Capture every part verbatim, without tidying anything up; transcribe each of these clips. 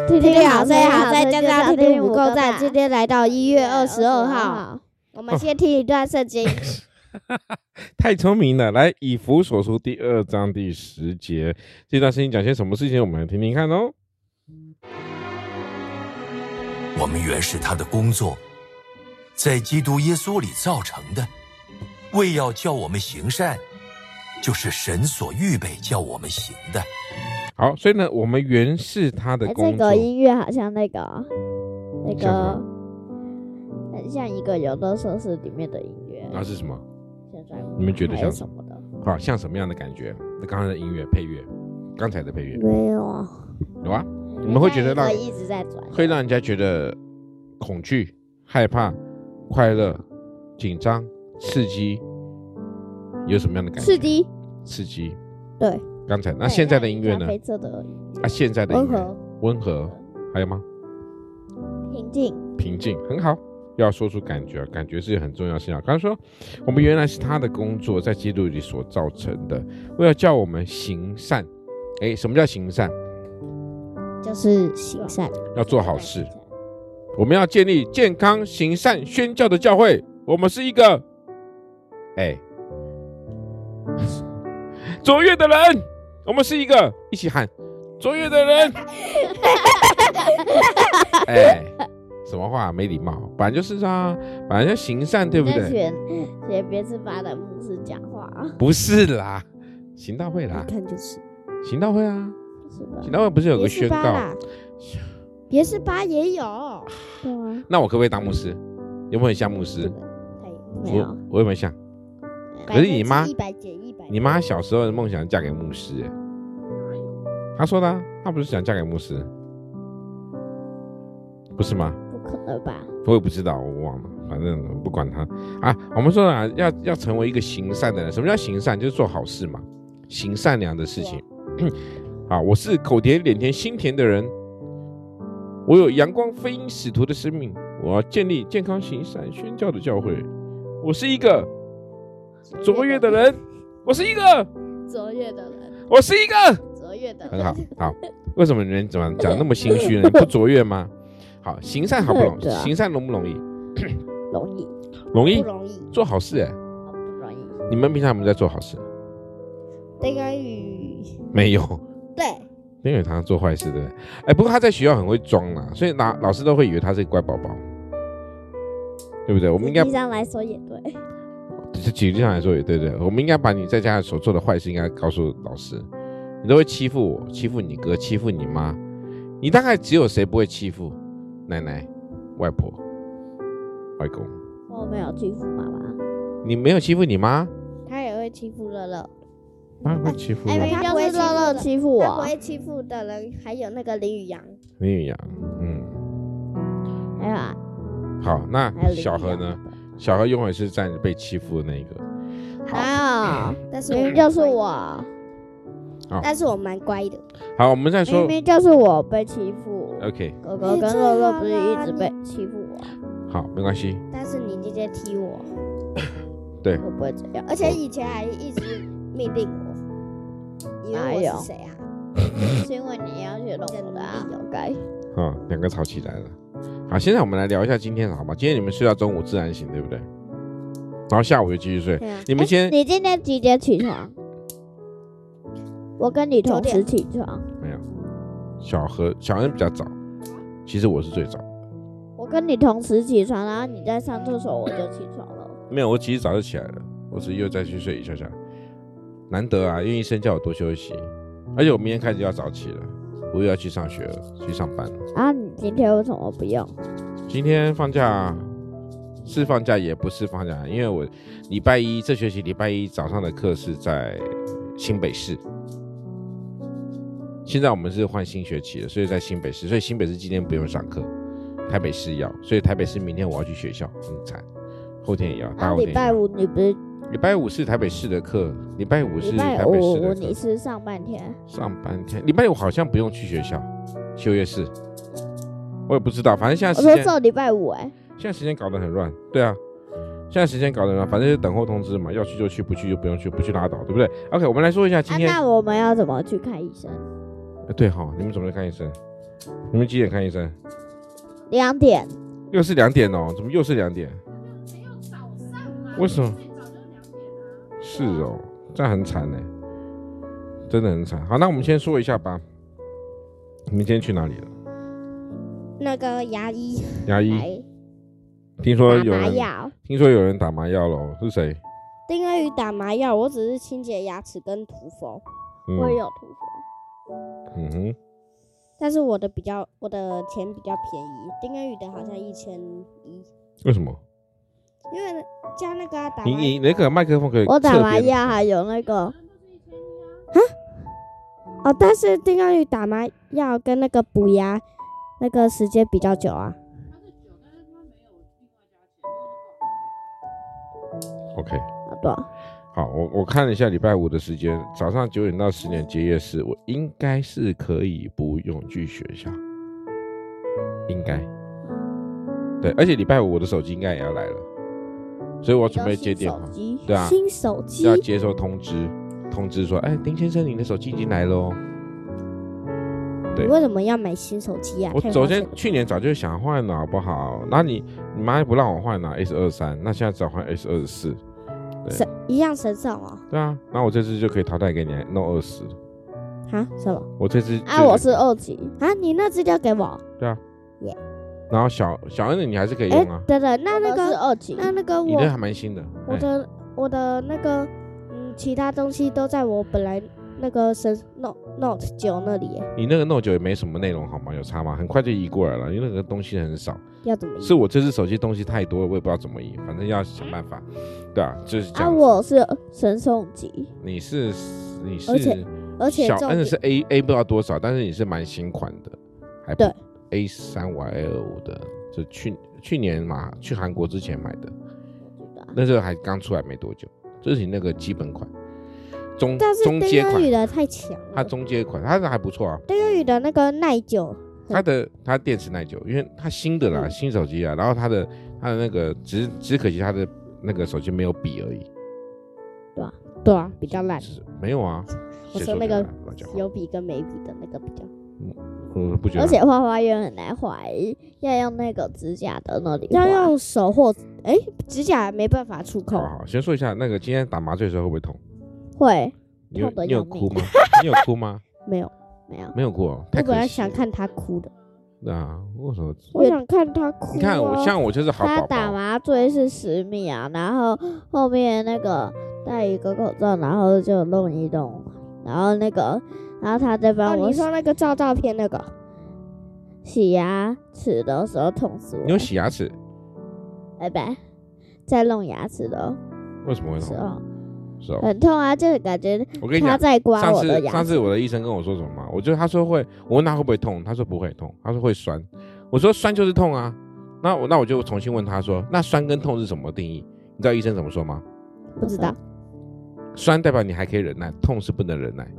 听听好声音好，再加上听听不够赞。今天来到一月二十二号，我们先听一段圣经。 太聪明了，来以弗所书第二章第十节，这段圣经讲些什么事情？我们来听听看哦。 我们原是他的工作，在基督耶稣里造成的，为要叫我们行善，就是神所预备叫我们行的。 好，所以呢，我们原是他的工作。 这个音乐好像那个那个很像一个游乐设施里面的音乐。 那是什么？ 现在你们觉得像什么的？ 好，像什么样的感觉？那刚才的音乐配乐，刚才的配乐没有啊？ 有啊？你们会觉得让一直在转， 会让人家觉得恐惧、害怕、快乐、紧张、刺激，有什么样的感觉？ 刺激， 刺激。 对。 刚才那现在的音乐呢？啊，现在的音乐温和，温和，还有吗？ 平静， 平静，很好。要说出感觉，感觉是很重要的事情。刚刚说，我们原来是他的工作，在基督里所造成的，为了叫我们行善。哎，什么叫行善？ 就是行善， 要做好事。我们要建立健康、行善、宣教的教会。我们是一个，哎，卓越的人。我们是一个，一起喊卓越的人。哎，什么话没礼貌？本来就是啊，本来要行善，对不对？ 学学别是巴的牧师讲话啊？ 不是啦，行道会啦。 你看就是行道会啊，行道会不是有个宣告？ 别是巴也有，对啊。 那我可不可以当牧师？有没有很像牧师？ 没有， 我我有没有像？可是你妈， 一百减一百， 你妈小时候的梦想嫁给牧师，哎，她说的、啊，她不是想嫁给牧师，不是吗？ 不可能吧？ 我也不知道，我忘了，反正不管他啊。我们说啊，要要成为一个行善的人，什么叫行善？就是做好事嘛，行善良的事情。啊，我是口甜脸甜心甜的人，我有阳光福音使徒的生命，我要建立健康行善宣教的教会，我是一个。卓越的人，我是一个卓越的人， 我是一个卓越的人， 很好。好，为什么人怎么讲那么心虚呢？你不卓越吗？好，行善好不容易，行善容不容易？ 容易， 容易， 不容易， 做好事哎、欸， 不容易。 你们平常有没有在做好事？ 丁恩宇没有， 对， 丁恩宇常常做坏事，对不对？哎，不过他在学校很会装啦，所以老老师都会以为他是乖宝宝，对不对？我们应该实际上来说也对。 举例上来说也对对，我们应该把你在家所做的坏事应该告诉老师。你都会欺负我，欺负你哥，欺负你妈，你大概只有谁不会欺负？奶奶、外婆、外公。 我没有欺负妈妈。 你没有欺负你妈？ 他也会欺负乐乐。 他会欺负？ 哎，他不会乐乐欺负我。他不会欺负的人还有那个林宇阳。 林宇阳，嗯。 还有啊。 好，那小何呢？小何永远是站着被欺负的那一个。 好，但是明明就是我，但是我蛮乖的。 好，我们再说， 明明就是我被欺负。 OK， 哥哥跟乐乐不是一直被欺负我？ 好，没关系。 但是你直接踢我， 对， 会不会这样？而且以前还一直命令我，以为我是谁啊？是因为你要去弄我的啊，有该。 啊，两个吵起来了。好，现在我们来聊一下今天好吗？今天你们睡到中午自然醒，对不对？然后下午就继续睡。 啊、 你们先、 欸，你今天几点起床？我跟你同时起床。 没有，小何小恩比较早，其实我是最早。 我跟你同时起床，然后你在上厕所，我就起床了。 没有，我其实早就起来了，我只是又再去睡一下下。难得啊，因为医生叫我多休息，而且我明天开始就要早起了。我又要去上学了，去上班了。 啊，你今天为什么不用？ 今天放假，是放假也不是放假，因为我礼拜一这学期礼拜一早上的课是在新北市。现在我们是换新学期了，所以在新北市，所以新北市今天不用上课，台北市要，所以台北市明天我要去学校，很惨。后天也要，大后天也要。礼拜五你不是？ 礼拜五是台北市的课，礼拜五是台北市的课。 你是上半天？ 上半天，礼拜五好像不用去学校，休业式。我也不知道，反正现在时间。 我说只礼拜五哎、欸。 现在时间搞得很乱，对啊，现在时间搞得很乱，反正就等候通知嘛，要去就去，不去就不用去，不去拉倒，对不对 ？OK， 我们来说一下今天。 啊、那我们要怎么去看医生？ 哎，对哈，你们怎么看医生？你们几点看医生？ 两点。 又是两点哦？怎么又是两点？为什么？是哦，这样很惨呢，真的很惨。好，那我们先说一下吧。你们今天去哪里了？ 那个牙医。 牙医。听说有人打麻药。听说有人打麻药了，是谁？ 丁恩宇打麻药，我只是清洁牙齿跟涂氟、嗯，我也有涂氟。嗯哼。但是我的比较，我的钱比较便宜，丁恩宇的好像一千一。为什么？ 因为加那个、啊、打麻药，你你那个麦克风可以。 我打麻药还有那个。啊？哦，但是丁恩宇打麻药跟那个补牙那个时间比较久啊。 OK， 好的。 好，我我看了一下礼拜五的时间，早上九点到十点接夜市，我应该是可以不用去学校，应该。对，而且礼拜五我的手机应该也要来了，所以我准备接电话。对啊， 新手机要接收通知，通知说，哎，丁先生，你的手机已经来了哦。 你为什么要买新手机啊？ 我首先去年早就想换了，好不好？然后你你妈不让我换了 S 二十三，那现在只好换 S 二十四， 神一样神圣哦。 对啊，那我这次就可以淘汰给你 Note 二十。 啊？什么？ 我这次啊，我是二级啊，你那资料给我。 对啊。 耶、yeah 。 然后小小恩的你还是可以用啊。 对对，那那个是二级，那那个我你的还蛮新的。 我的我的那个嗯，其他东西都在我本来。那个神 Note Note 九那里， 你那个 Note 九也没什么内容好吗？有差吗？很快就移过来了，因为那个东西很少。 要怎么移？ 是我这只手机东西太多了，我也不知道怎么移，反正要想办法。对啊，就是这样。 啊，我是神送级。 你是你是， 而且而且小恩是 A A 不知道多少，但是你是蛮新款的，还对 A 三五 L 五的，就去去年嘛，去韩国之前买的，那时候还刚出来没多久，这是你那个基本款。中中阶款， 丁恩宇的太强了。 它中阶款，它的还不错啊。 丁恩宇的那个耐久， 它的它电池耐久，因为它新的啦，嗯、新手机啊，然后它的它的那个只只可惜它的那个手机没有笔而已。 对啊，对啊，比较烂。 没有啊， 我说那个有笔跟没笔的那个比较。 嗯，我不觉得。 而且画画又很难画，要用那个指甲的那里。要用手或哎、欸，指甲没办法触控。 好好，先说一下那个今天打麻醉的时候会不会痛？ 会。 你有你有哭吗？你有哭吗？ 没有，没有， 没有哭哦。 我本来想看他哭的。 啊，为什么？ 我想看他哭、啊。 你看我，像我就是好宝宝。 他打麻醉是十秒，然后后面那个戴一个口罩，然后就弄一弄，然后那个，然后他在帮我、哦。你说那个照照片那个洗牙齿的时候痛死我。 你有洗牙齿？ 拜拜，在弄牙齿的。 为什么会痛？是哦， 很痛啊，就是感觉我跟你讲， 他在刮我的牙齿。 上次上次我的医生跟我说什么吗？我就他说会，我问他会不会痛，他说不会痛，他说会酸。我说酸就是痛啊，那我那我就重新问他说，那酸跟痛是什么定义？你知道医生怎么说吗？ 不知道。 酸代表你还可以忍耐，痛是不能忍耐。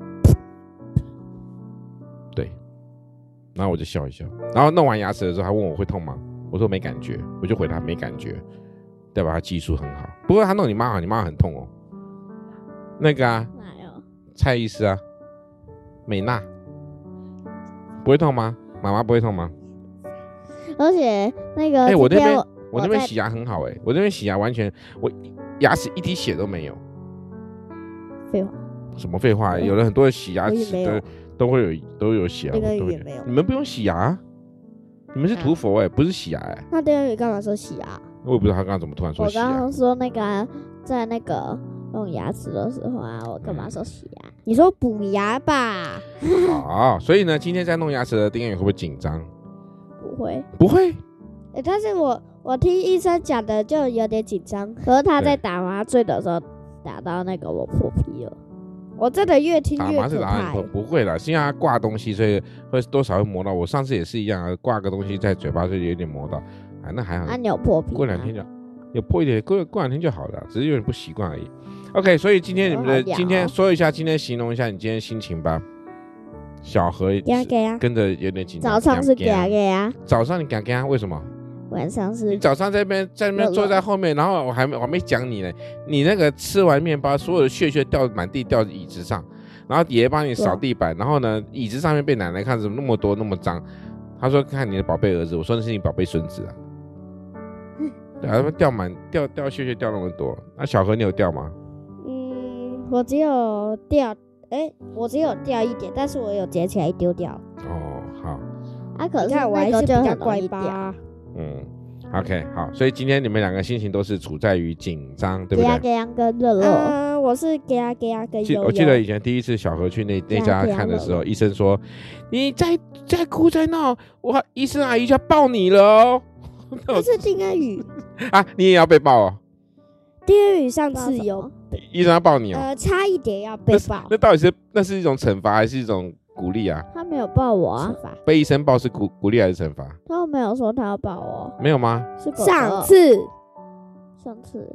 对，然后我就笑一笑，然后弄完牙齿的时候，他问我会痛吗？我说没感觉，我就回他没感觉，代表他技术很好。不过他弄你妈好，你妈很痛哦。那个啊，蔡医师啊，美娜不会痛吗？妈妈不会痛吗？ 而且那个， 哎、欸，我那边我那边洗牙很好哎、欸，我那边洗牙完全我牙齿一滴血都没有。 废话？ 什么废话？有了很多的洗牙齿的都会有都有血啊， 那个也没有。 你们不用洗牙，你们是涂氟哎、欸，不是洗牙哎、欸。 那丁恩宇干嘛说洗牙？ 我也不知道他刚刚怎么突然说洗牙。 我刚刚说那个、啊、在那个。弄牙齿的时候啊，我干嘛说洗牙？你说补牙吧。 好，所以呢，今天在弄牙齿的丁恩宇会不会紧张？ 不会， 不会。 欸、但是我我听医生讲的就有点紧张。可是他在打麻醉的时候打到那个我破皮了，我真的越听越可怕、欸。 不会啦，是因为他挂东西，所以会多少会磨到。我上次也是一样啊，挂个东西在嘴巴，所以有点磨到。啊，那还好。 那、啊、你有破皮？ 过两天就有破一点，过过两天就好了，只是有点不习惯而已。OK， 所以今天你们的今天说一下，今天形容一下你今天心情吧。小何跟着有点紧张。 早上是给啊给啊， 早上你给啊给啊，为什么？ 晚上是。 你早上在那边在那边坐在后面，然后我还没我还没讲你呢。你那个吃完面包，所有的屑屑掉满地掉椅子上，然然后爷爷帮你扫地板，然后呢，椅子上面被奶奶看怎么那么多那么脏，他说看你的宝贝儿子，我说那是你宝贝孙子啊。对啊，掉满掉掉屑屑掉那么多，那小何你有掉吗？ 嗯，我只有掉，哎，我只有掉一点，但是我有捡起来丢掉。 哦，好。 啊，可是我还是比较乖吧。 嗯 ，OK， 好，所以今天你们两个心情都是处在于紧张，对不对？ 给呀跟乐乐，嗯，我是给呀给呀跟悠悠。 我记得以前第一次小何去那那家看的时候，医生说你再再哭再闹，我医生阿姨就要抱你了哦。 那是丁安宇啊，你也要被抱哦。 丁安宇上次有， 医生要抱你哦。 呃，差一点要被抱。 那到底是那是一种惩罚还是一种鼓励啊？ 他没有抱我啊。 被医生抱是鼓鼓励还是惩罚？ 他没有说他要抱我。 没有吗？ 是上次，上次，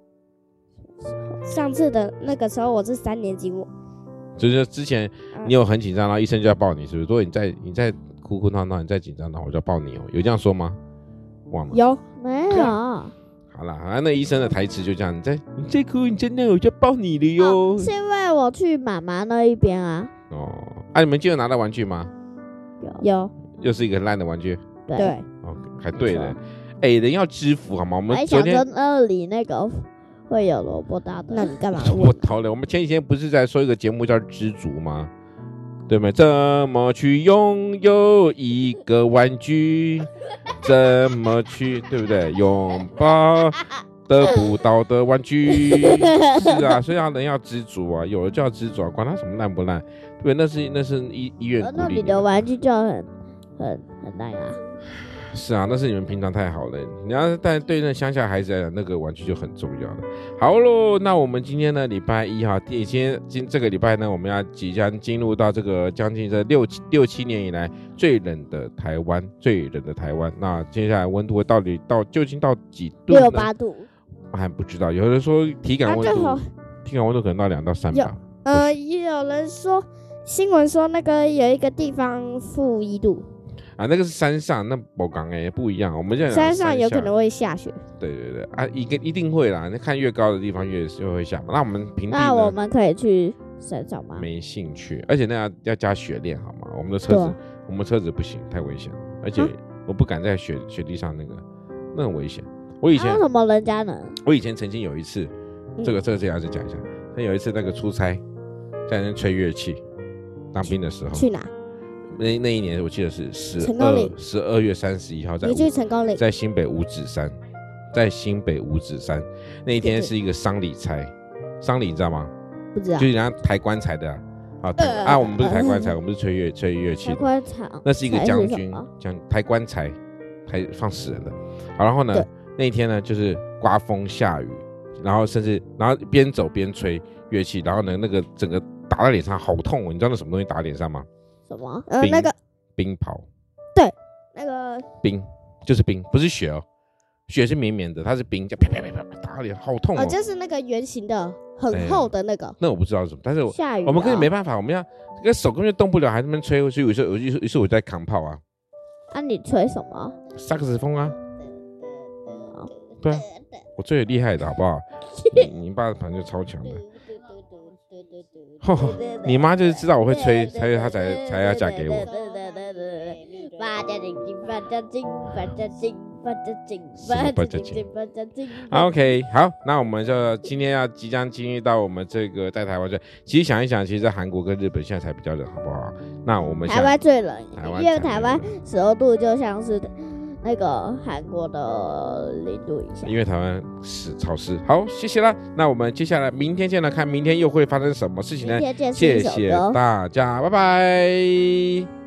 上次的那个时候我是三年级，我就是之前你有很紧张，然后医生就要抱你，是不是？如果你再你再哭哭闹闹，你再紧张，然后我就要抱你哦。有这样说吗？忘了。 有没有？ 好啦，啊，那医生的台词就这样，你再你再哭，你再闹，我就要抱你了哟。 哦，是因为我去妈妈那一边啊。 哦，啊，你们今天有拿到玩具吗？ 有。有。 又是一个很烂的玩具。 对。 哦，还对的。哎，人要知福好吗？我们昨天想着那里那个会有萝卜大的，那你干嘛？ 我逃了。我们前几天不是在说一个节目叫《知足》吗？对吗？怎么去拥有一个玩具？怎么去，对不对？拥抱得不到的玩具，是啊，所以人要知足啊，有了就要知足啊，管它什么烂不烂，对，那是那是医医院鼓励你。 那你的玩具就很很很烂啊。 是啊，那是你们平常太好了。你要但对那乡下孩子来讲，那个玩具就很重要了。好喽，那我们今天呢，礼拜一哈，今天今这个礼拜呢，我们要即将进入到这个将近这六六七年以来最冷的台湾，最冷的台湾。那接下来温度会到底到究竟到几度呢？ 六八度， 我还不知道。有人说体感温度，体感温度可能到两到三吧。 呃，也有人说新闻说那个有一个地方负一度。 啊，那个是山上，那不港哎不一样。我们现在山上有可能会下雪。 对对对啊，一个一定会啦。那看越高的地方越就会下嘛。那我们平地呢？ 那我们可以去山上吗？ 没兴趣，而且那要要加雪链好吗？我们的车子，我们车子不行，太危险了。而且我不敢在雪雪地上那个，那很危险。我以前为什么人家能？ 我以前曾经有一次，这个这个这样子讲一下。他有一次那个出差，在那吹乐器，当兵的时候去哪？ 那那一年我记得是十二十二月三十一号，在你去成功岭，在新北五指山，在新北五指山那一天是一个丧礼差，丧礼你知道吗？ 不知道， 就是人家抬棺材的啊，啊，呃、啊我们不是抬棺材，呃、我们是吹乐吹乐器的。 棺材， 那是一个将军，将抬棺材，抬放死人的。好，然后呢，那一天呢就是刮风下雨，然后甚至然后边走边吹乐器，然后呢那个整个打在脸上好痛哦，你知道那什么东西打在脸上吗？ 什么？呃，那个冰雹， 对，那个冰就是冰，不是雪哦，雪是绵绵的，它是冰，就啪啪啪啪打脸，好痛哦。 哦，就是那个圆形的，很厚的那个。 那我不知道是什么，但是下雨， 我们根本没办法，我们要这个手根本就动不了，还在那边吹，所以有时候于是我在扛炮啊。 啊，你吹什么？ 萨克斯风啊。对啊，我最厉害的好不好？你你爸反正就超强的。哦、你妈就是知道我会吹，所以她才才要嫁给我。OK， 好，那我们就今天要即将进入到我们这个在台湾最，其实想一想，其实在韩国跟日本现在才比较冷，好不好？那我们台湾最冷，因为台湾冷十二度就像是那个韩国的零度以下， 因为台湾湿潮湿。好，谢谢啦。那我们接下来明天见了，看明天又会发生什么事情呢？谢谢大家，拜拜。